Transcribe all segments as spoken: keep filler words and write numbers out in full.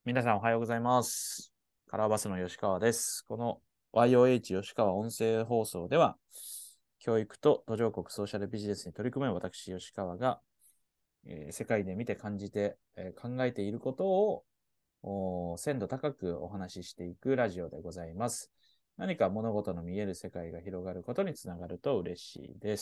皆さんおはようございます。カラーバスの吉川です。この ワイオーエイチ 吉川音声放送では、教育と途上国ソーシャルビジネスに取り組む私、吉川が、えー世界で見て感じて、えー考えていることをお鮮度高くお話ししていくラジオでございます。何か物事の見える世界が広がることにつながると嬉しいです。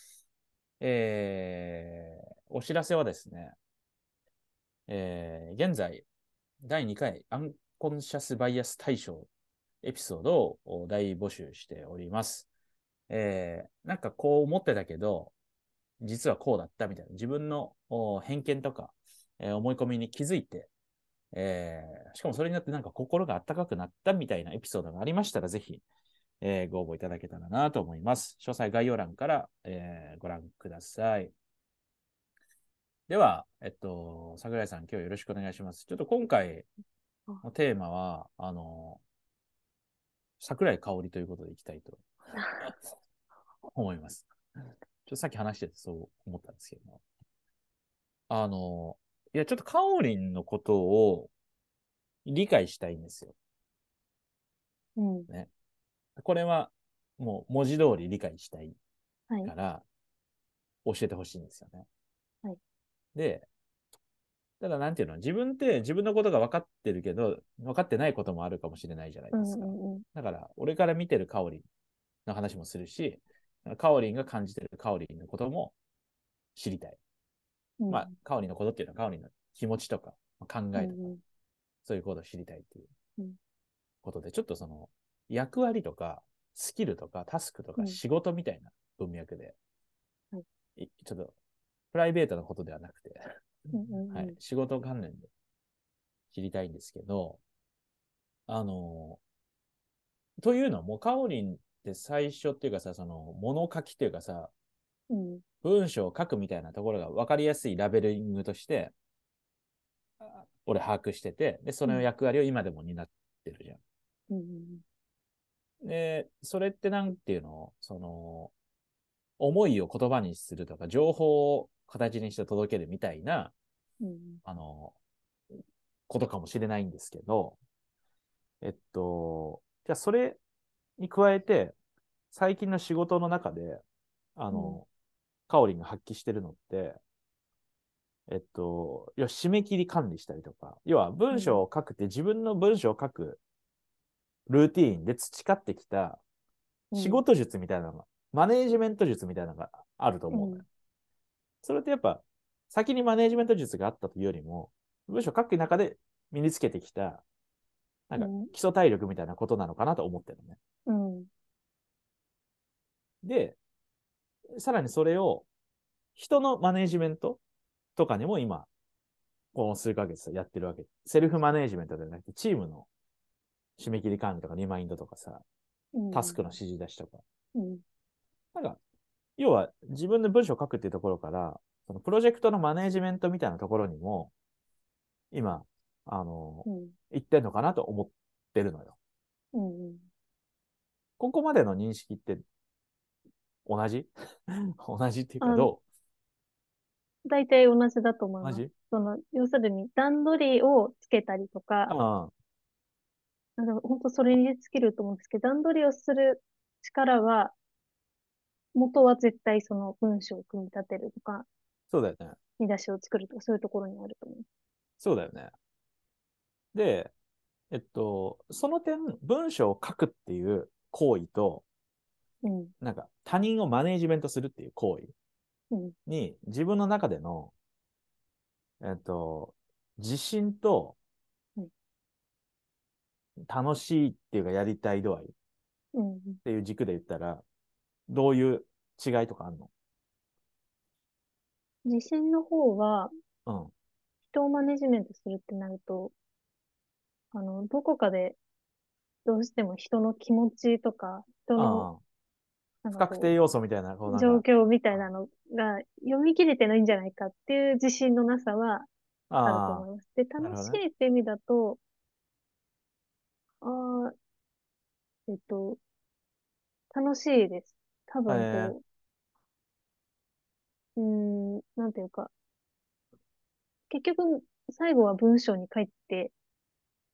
えーお知らせはですね、えー現在、だいにかいアンコンシャスバイアス大賞エピソードを大募集しております。えーなんかこう思ってたけど、実はこうだったみたいな、自分の偏見とか、えー思い込みに気づいて、えーしかもそれによってなんか心が温かくなったみたいなエピソードがありましたら、ぜひ、えーご応募いただけたらなと思います。詳細概要欄から、えーご覧ください。では、えっと、桜井さん、今日よろしくお願いします。ちょっと今回のテーマは、あの、桜井香織ということでいきたいと思います。ちょっとさっき話しててそう思ったんですけども。あの、いや、ちょっとカオリンのことを理解したいんですよ。 うん。 ね。これはもう文字通り理解したいはい。 から教えてほしいんですよね。 はい。 で、ただなんていうの、自分って自分のことが分かってるけど、分かってないこともあるかもしれないじゃないうんですか。 うんうん。 だから、俺から見てるカオリンの話もするし、カオリンが感じてるカオリンのことも知りたい。まあ、 うんカオリンのことっていうのはカオリンの気持ちとか考えとか、 うんうん。 そういうことを知りたいといううん。 ことで、ちょっとその役割とかスキルとかタスクとうん。 か仕事みたいな文脈で、 はい。 ちょっとプライベートなことではなくて、 うんうんはい、 うん。 仕事関連で知りたいんですけど、あの、というのも、カオリンって最初っていうかさ、その物書きっていうかさ、 うん。 文章を書くみたいなところが分かりやすいラベリングとして、俺把握してて、で、そうん。 の役割を今でも担ってるじゃん。 うん。 で、それってなんていうの、その、思いを言葉にするとか、情報を形にして届けるみたいな、 うん。 あの、ことかもしれないんですけど、えっと、じゃあそれに加えて、最近の仕事の中で、あうん。 の、カオリンが発揮してるのって、えっと、要は締め切り管理したりとか、要は文章を書くって自分の文章を書くルーティーンで培ってきたうん。 仕事術みたいなのが、マネージメント術みたいなのがあると思うのよ。 うん。 それってやっぱ、先にマネージメント術があったというよりも、文章を書く中で身につけてきた、なんかうん。 基礎体力みたいなことなのかなと思ってるのね。 うん。 で、さらにそれを人のマネージメントとかにも今、この数ヶ月やってるわけ。セルフマネージメントではなくて、チームの締め切り管理とかリマインドとかさ、 うん。 タスクの指示出しとか。 うん。 なんか、要は自分で文章を書くっていうところから、そのプロジェクトのマネージメントみたいなところにも、今、あの、 うん。 行ってんのかなと思ってるのよ。 うん。 ここまでの認識って同じ同じっていうかあ、 ど大体同じだと思います。 う同じその、要するに段取りをつけたりとか、 ああ、 なんか本当それに尽きると思うんですけど、段取りをする力は、元は絶対その文章を組み立てるとか、 そうだよね。 見出しを作るとか、そういうところにあると思そうだよね。で、えっと、その点、文章を書くっていう行為と、 う。うん。 なんか他人をマネージメントするっていう行為うん。 に自分の中での、えっと、自信とうん。 楽しいっていうかやりたい度合いっうん。 ていう軸で言ったら、どういう違いとかあるの？ 自信の方は、 うん。 人をマネジメントするってなると、あの、どこかでどうしても人の気持ちとか、人の、 ああ、 なん不かこ確定要素みたいな、こうう、状なんか、 況みたいなあのが読み切れてないんじゃないかっていう自信のなさはあるとあ思います。で、楽しなるほどね。 いって意味だと、ああ、えっと、楽しいです。多え分ー、 こう、うーん、なんていうか、結局、最後は文章に書いて、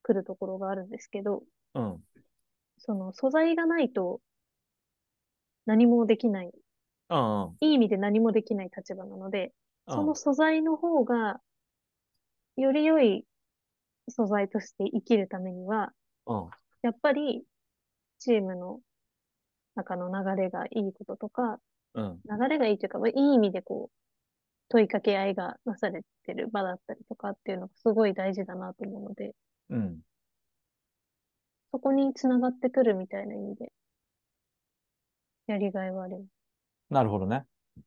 くるところがあるんですけど、 うん。 その素材がないと何もできない、 うん。うん。 いい意味で何もできない立場なので、そのうん。 素材の方がより良い素材として生きるためには、 うん。 やっぱりチームの中の流れがいいこととか、 うん。 流れがいいというか、まあいい意味でこう、問いかけ合いがなされてる場だったりとかっていうのがすごい大事だなと思うので、 うん。 そこにつながってくるみたいな意味で、やりがいはあります。 なるほどね。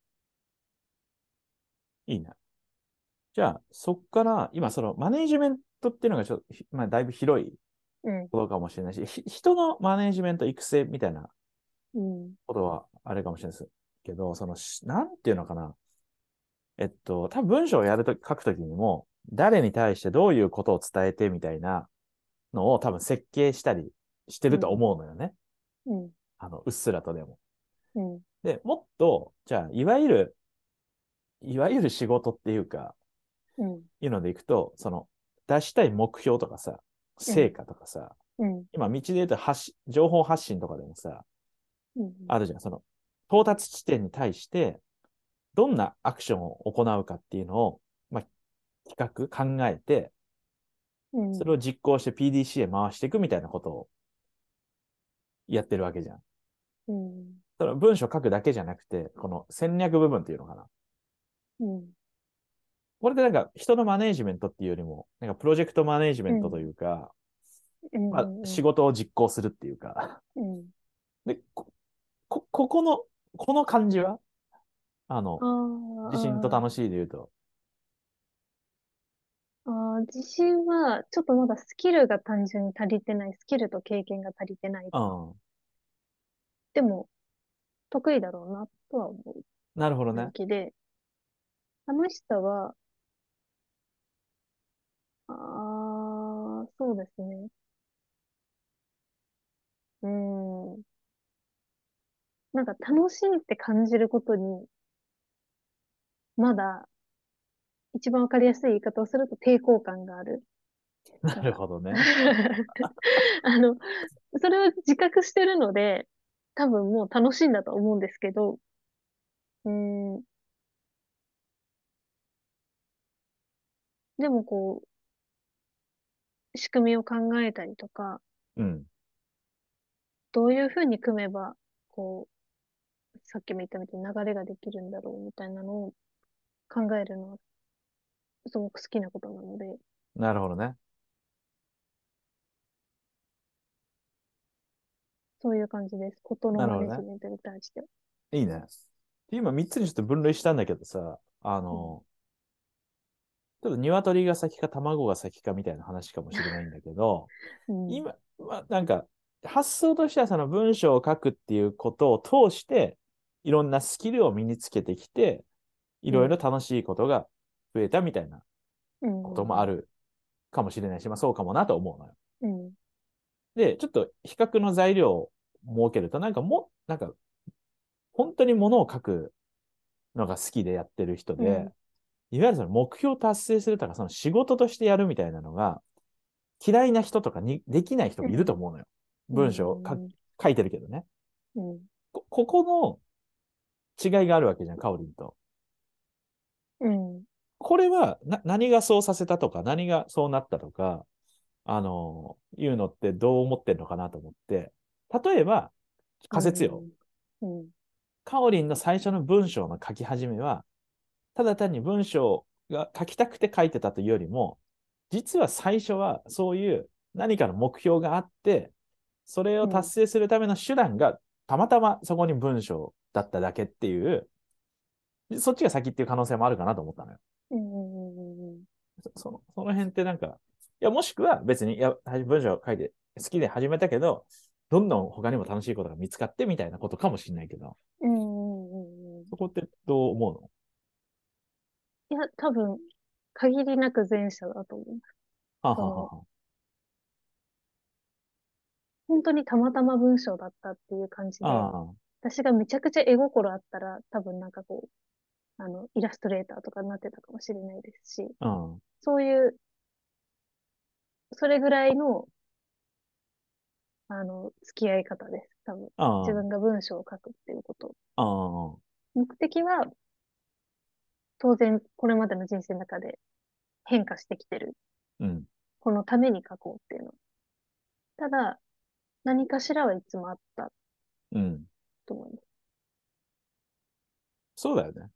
いいね。じゃあ、そっから、今、その、マネージメントっていうのがちょっと、ひまあ、だいぶ広いうん、 ことかもしれないし、ひ人のマネージメント育成みたいなうん、 ことはあれかもしれないですけど、その、しなんていうのかな。えっと、多分文章をやると、書くときにも、誰に対してどういうことを伝えてみたいなのを多分設計したりしてるとうん、 思うのよね。 うん、 あの、うっすらとでも。 うん、 で、もっと、じゃあ、いわゆる、いわゆる仕事っていうか、 うん、 いうのでいくと、その、出したい目標とかさ、成うん、 果とかさ、 うん、 今、道で言うと発信、情報発信とかでもさ、 うん、 あるじゃん。その、到達地点に対して、どんなアクションを行うかっていうのを、まあ、企画、考えて、 うん、 それを実行して ピーディーシー へ回していくみたいなことをやってるわけじゃん。 うん、 その文章書くだけじゃなくて、この戦略部分っていうのかな。 うん、 これでなんか人のマネージメントっていうよりも、なんかプロジェクトマネージメうん、 ントというか、 うん、 まあ、 うん、 仕事を実行するっていうか、 うん。 で、こ、こ、ここの、この感じは、ああの、自信とあ、 楽しいで言うと、 ああ、自信は、ちょっとまだスキルが単純に足りてない、スキルと経験が足りてないうん。 でも、得意だろうな、とは思うなるほどね。 領域で、楽しさは、ああ、そうですね。うん。なんか楽しいって感じることに、まだ一番わかりやすい言い方をすると抵抗感があるなるから。 ほどね。 あの、それを自覚してるので、多分もう楽しいんだと思うんですけど、うん、でもこう、仕組みを考えたりとか、 うん。 どういうふうに組めば、こう、さっきも言ったみたいに流れができるんだろうみたいなのを考えるのはすごく好きなことなので、 なるほどね。 そういう感じです。ことのマネなるほどね。 ジメントに対しては。 いいね。で今みっつにちょっと分類したんだけどさ、あうん。 の、ちょっと鶏が先か卵が先かみたいな話かもしれないんだけど、 うん。 今、まあ、なんか、発想としてはその文章を書くっていうことを通して、いろんなスキルを身につけてきて、いうん。 ろいろ楽しいことが増えたみたいなうこともあん。 るかもしれないし、まあそうかもなと思うのよ。 うん。 で、ちょっと比較の材料を設けると、なんかも、なんか本当にものを書くのが好きでやってる人で、 うん。 いわゆるその目標を達成するとか、その仕事としてやるみたいなのが嫌いな人とかにできない人もいると思うのよ。 う文章を書ん。 書いてるけどね。 うん。 こ、ここの違いがあるわけじゃん、カオリンと。 うん。 これはな何がそうさせたとか、何がそうなったとか、あの、いうのってどう思ってんのかなと思って。例えば、 う仮説よ。 ん。うん。 カオリンの最初の文章の書き始めは、ただ単に文章が書きたくて書いてたというよりも、実は最初はそういう何かの目標があって、それをうん。 達成するための手段がたまたまそこに文章だっただけっていう、そっちが先っていう可能性もあるかなと思ったのよ。 うん。うん。 その、その辺ってなんか、いや、もしくは別に、いや、文章書いて好きで始めたけど、どんどん他にも楽しいことが見つかってみたいなことかもしれないけど、 うん。うん。 そこってどう思うの？ いや、多分、限りなく前者だと思う。 はその、 ははは。 本当にたまたま文章だったっていう感じで、 あ私がめちゃくちゃ絵心あったら、多分なんかこう、あの、イラストレーターとかになってたかもしれないですし、 あ、うん。 そういうそれぐらいの、あの、付き合い方です。多分。自あ分が文章を書くっていうこと。 あ、ああ、 目的は、当然、これまでの人生の中で変化してきてる。 うん、 このために書こうっていうの。ただ、何かしらはいつもあったうん。 と思います。 そうだよね。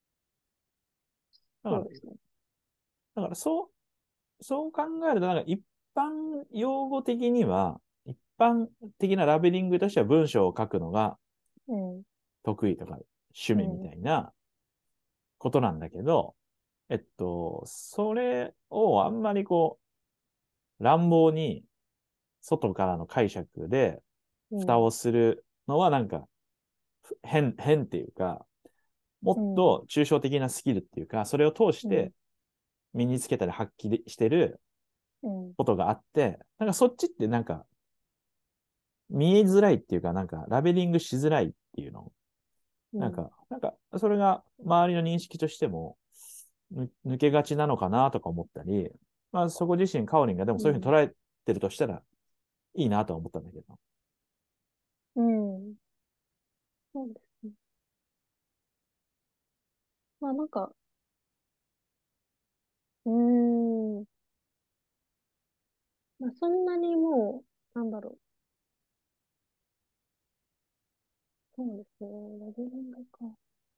だから、 そうですね。 だからそう、そう考えると、なんか一般用語的には、一般的なラベリングとしては文章を書くのがうん。 得意とか趣味みうん。 たいなことなんだけど、えっと、それをあんまりこう、乱暴に外からの解釈で蓋うん。 をするのはなんか変、変っていうか、もっうん。 と抽象的なスキルっていうか、それを通しうん。 て身につけたり発揮してるうん。 ことがあって、なんかそっちってなんか見えづらいっていうか、なんかラベリングしづらいっていうの。 うん。 なんか、なんか、それが周りの認識としても抜けがちなのかなとか思ったり、まあそこ自身、カオリンがでもそういうふうに捉えてるとしたらいいなとは思ったんだけど。 うん。そうですね。まあなんか、うーん。まあそんなにもう、なんだろう。そうですね。ラベリングか。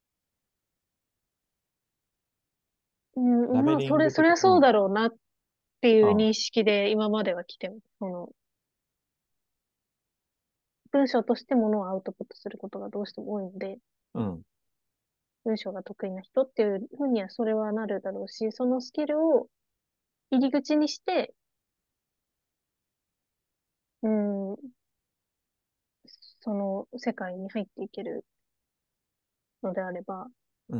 うん。 ラベまあそれ、 リングとか、 そりゃそううん、 だろうなっていうあ認識で今までは来てます。その、文章としてものをアウトプットすることがどうしても多いので、 うん、 文章が得意な人っていうふうにはそれはなるだろうし、そのスキルを入り口にして、うん、その世界に入っていけるのであれば、 うん、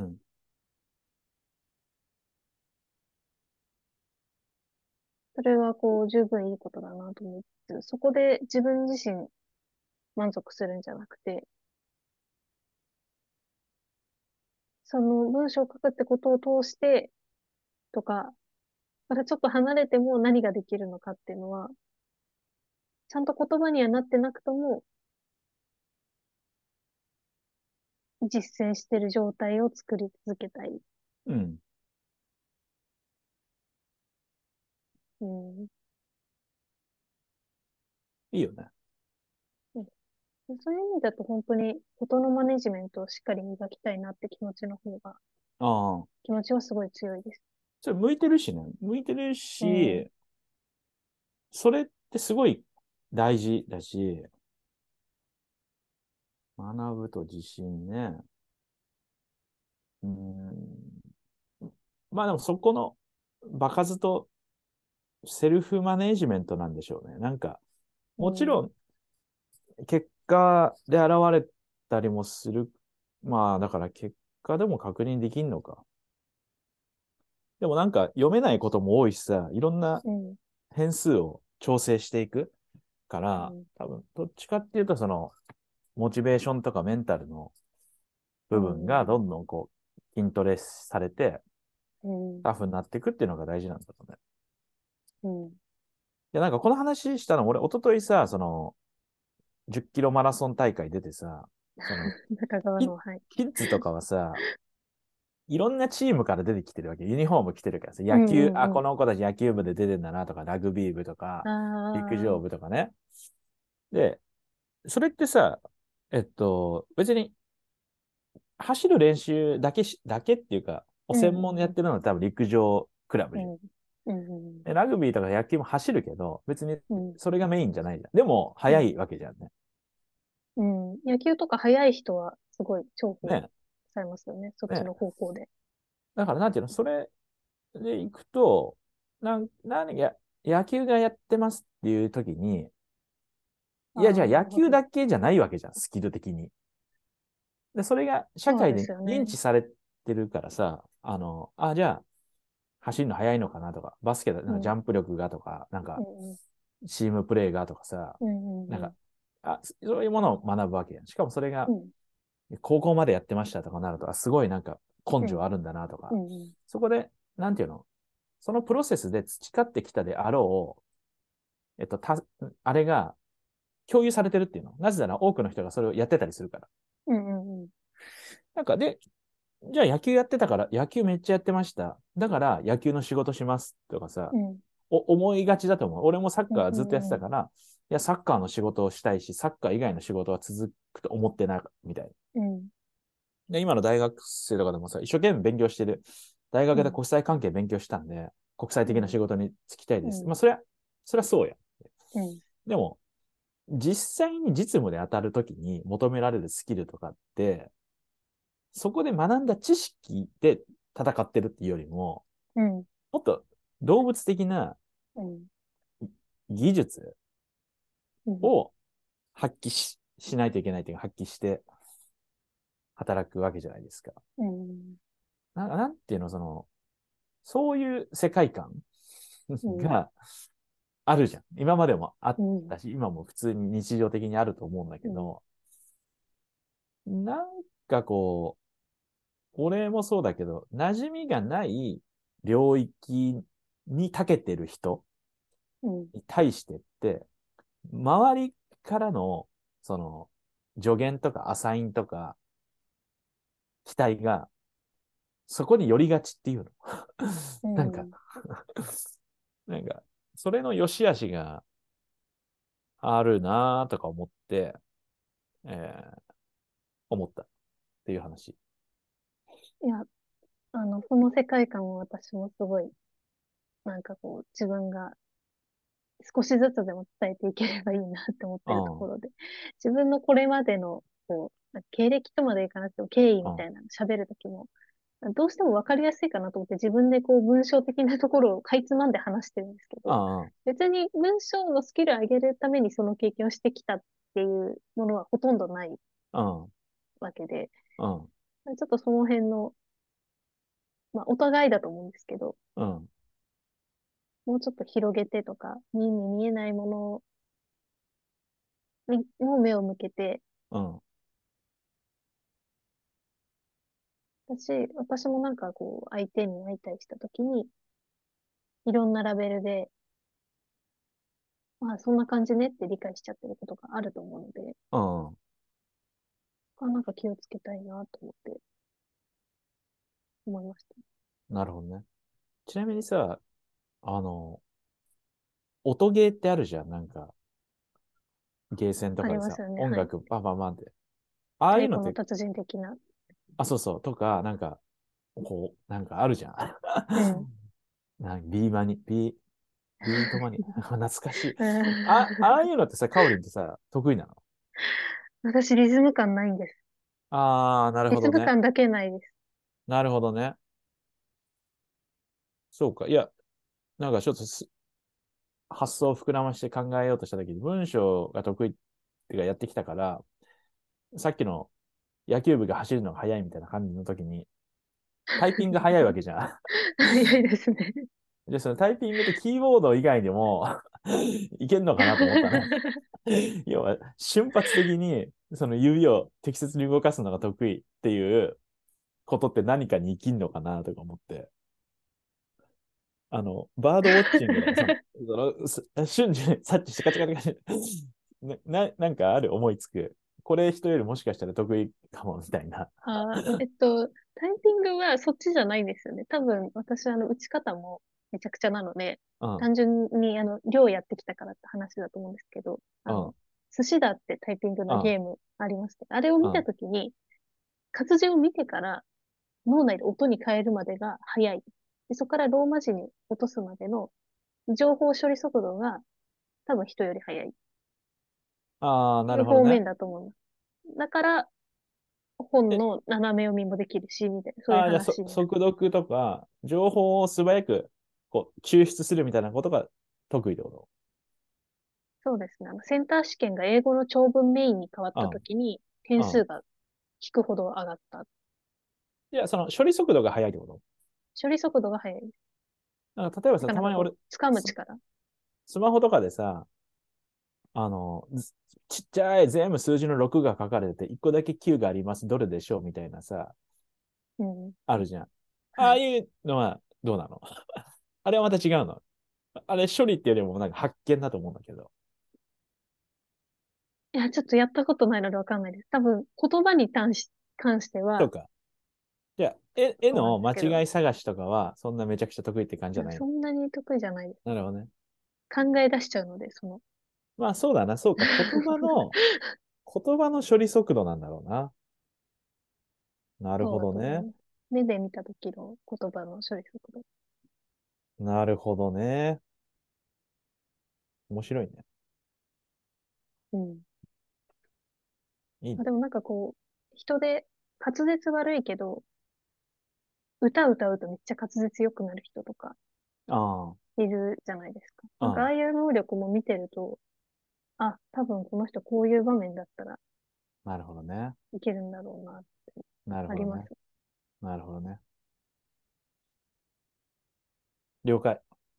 それはこう十分いいことだなと思いつつ、そこで自分自身満足するんじゃなくて、その文章を書くってことを通してとか、またちょっと離れても何ができるのかっていうのは、ちゃんと言葉にはなってなくとも実践してる状態を作り続けたい。 うん。 うん。 いいよね。 そういう意味だと本当に音のマネジメントをしっかり磨きたいなって気持ちの方が、 ああ。 気持ちはすごい強いです。 それ向いてるしね。向いてるうん。 し、それってすごい大事だし、学ぶと自信ね。うん。まあでもそこの場数とセルフマネジメントなんでしょうね。なんか、 うん。 もちろん結果で現れたりもする。まあだから結果でも確認できんのか。でもなんか読めないことも多いしさ、いろんなうん。 変数を調整していくから、 うん。 多分どっちかっていうとその、モチベーションとかメンタルのう部分がどん。 んどんこう、筋トレされて、 うん。 タフになっていくっていうのが大事なんだろうね。 うん。 いや、なんかこの話したの、俺、一昨日さ、その、じゅっキロマラソン大会出てさ、その、 中側キの、はい。 キッズとかはさ、いろんなチームから出てきてるわけ。ユニフォーム着てるからさ、 う野球、あ、 ん。うん。 この子たち野球部で出てんだなとか、ラグビー部とか、 あ陸上部あ。 とかね。で、それってさ、えっと、別に走る練習だけし、だけっていうか、おうん。 専門でやうん。 ってるのは多分陸上クラブじゃん。 うん。うん。 でラグビーとか野球も走るけど、別にうん。 それがメインじゃないじゃん。でも、速いうん。 わけじゃんね。 うん。野球とか速い人はすごい重宝ね。 されますよね。そっちね。 の方向で。 だから、なんていうの、それで行くと、なん、何や、野球がやってますっていう時に、いや、じゃあああ、な野るほど。 球だけじゃないわけじゃん、スキル的に。で、それが社そう会でですよね。 認知されてるからさ、あの、あ、じゃあ、走るの速いのかなとか、バスケだ、なんかジうん。 ャンプ力がとか、なんか、 うん。 チームプレーがとかさ、 うん。 なんか、 うん。 あ、そういうものを学ぶわけやん。しかもそれが、 うん。 高校までやってましたとかなると、あすごいなんかうん。 根性あるんだなとか、 うん。 そこで、なんていうの、そのプロセスで培ってきたであろうえっと、た、あれが共有されてるっていうの。なぜなら多くの人がそれをやってたりするから。 うんうんうん。 なんかで、じゃあ野球やってたから、野球めっちゃやってました。だから野球の仕事しますとかさ、 うん。 お思いがちだと思う。俺もサッうんカーずっとやってうんうん。 たから、いや、サッカーの仕事をしたいし、サッカー以外の仕事は続くと思ってないみたい。 うん。 で、今の大学生とかでもさ、一生懸命勉強してる。大学でうん。 国際関係勉強したんで、国際的な仕事に就きたいです。 うん。 まあ、それは、それはそうや。 うん。 でも、実際に実務で当たるときに求められるスキルとかって、そこで学んだ知識で戦ってるっていうよりも、 うん。 もっと動物的なうん。 技術うん。 を発揮し、しないといけないというか、発揮して働くわけじゃないですか。 うん。 な、なんていうの、その、そういう世界観うん。 があるじゃん。今までもあっうん。 たし、今も普通に日常的にあると思うんだけうん。 ど、なんかこう、俺もそうだけど、馴染みがない領域に長けてる人うん。 に対してって、周りからの、その、助言とかアサインとか期待が、そこに寄りがちっていうの。 うなんか、 ん。 なんか、それの良し悪しがあるなとか思って、えー思ったっていう話。 いや、あの、この世界観を私もすごい、なんかこう、自分が少しずつでも伝えていければいいなって思ってるとうん、うん、 ころで、自分のこれまでの、こう、経歴とまでいかなくても経緯みたいなの喋るときも、どうしてもわかりやすいかなと思って自分でこう文章的なところをかいつまんで話してるんですけど、 うん、うん、 別に文章のスキルを上げるためにその経験をしてきたっていうものはほとんどないうん、 わけで、 うん、 ちょっとその辺の、まあお互いだと思うんですけど、 うん、 もうちょっと広げてとか、目に見えないものにも目を向けて、 うん、 私、私もなんかこう、相手に会いたりしたときに、いろんなラベルで、まあそんな感じねって理解しちゃってることがあると思うので、 うん。 あ、なんか気をつけたいなと思って思いました。 なるほどね。ちなみにさ、あの、音ゲーってあるじゃん。なんか、ゲーセンとあかでさ、 りますよね。はい。 音楽バンバンバンって。ああい太うのって、 鼓の達人的な。 あ、そうそう、とか、なんか、こう、なんかあるじゃん。 うん。 なんビーマニ、ビー、ビートマニ、懐かしい。 うん。 あ、ああいうのってさ、カオリンってさ、得意なの？ 私、リズム感ないんです。 ああ、なるリほどね。 ズム感だけないです。 なるほどね。そうか。いや、なんかちょっとす発想を膨らまして考えようとしたときに、文章が得意っていうかやってきたから、さっきの野球部が走るのが速いみたいな感じの時に、タイピング速いわけじゃ早いですね。 ん。で、そのタイピングってキーボード以外でもいけんのかなと思ったの。要は、瞬発的にその指を適切に動かすのが得意っていうことって何かに生きんのかなとか思って。あの、バードウォッチングでもその、そのす瞬時に察知してカチャカチャカチャな、ななんかある思いつく。これ人よりもしかしたら得意かもみたいな。 あ、えっと、タイピングはそっちじゃないんですよね。多分、私、あの、打ち方もめちゃくちゃなので、 うん、 単純に、あの、量やってきたからって話だと思うんですけど、 うん、 あの、寿司だってタイピングうん、 のゲームありまして、あれを見たうん。 ときに、活字を見てから脳内で音に変えるまでが早い。で、そこからローマ字に落とすまでの情報処理速度が多分人より早いっああ、 ていう方なるほどね。 面だと思います。だから、本え、 の斜め読みもできるし、みたいな、そういうああ、じゃあ、そ、 話になる。 速読とか、情報を素早く、こう、抽出するみたいなことが得意ってこそうですね。あの、センター試験が英語の長文メインに変わったと？ 時に、 うん、うん。 点数が引くほど上がった。 いや、その処理速度が速いってこと？ 処理速度が速いです。 なんか例えばさ、 だからなんかこう、 たまに俺、 掴むス、 力。 スマホとかでさ、あの、ずちっちゃい全部数字のろくが書かれてて、いっこだけきゅうがあります。どれでしょうみたいなさ、 うん。 あるじゃん。あはい。 あいうのはどうなの？あれはまた違うの？ あれ処理っていうよりもなんか発見だと思うんだけど。 いや、ちょっとやったことないのでわかんないです。多分、言葉に関し、関しては、 そうか。じゃあ、絵、絵そうなんの間ですけど、 違い探しとかは、そんなめちゃくちゃ得意って感じじゃないの？ そんなに得意じゃないです。 なるほどね。 考え出しちゃうので、その。 まあそうだな、そうか。言葉の、言葉の処理速度なんだろうな。なるほそうだどね。 と思います。目で見た時の言葉の処理速度。 なるほどね。面白いね。 うん。 いいね。 まあ、でもなんかこう、人で滑舌悪いけど、歌歌うとめっちゃ滑舌良くなる人とかあいるじゃないですか。 あ、ああ、 なんかああいう能力も見てると、あ、多分この人こういう場面だったらなるほどね。 いけるんだろうなってなるほどね。 あります。 なるほどね。了解。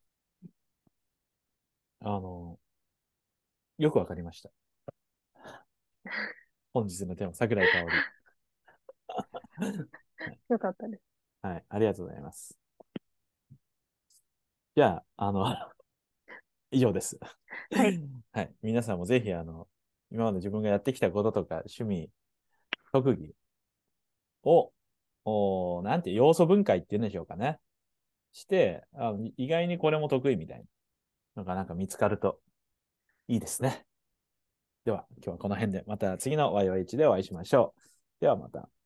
あの、よくわかりました。本日のテーマ、桜井香織。はい、 よかったです。 はい、ありがとうございます。じゃあ、あの、以上です。 はい。 はい。皆さんもぜひ、あの、今まで自分がやってきたこととか、趣味、特技を、おなんて、要素分解っていうんでしょうかね。して、あ、意外にこれも得意みたいなのがなんか見つかるといいですね。では、今日はこの辺で、また次の ワイワイワイ でお会いしましょう。ではまた。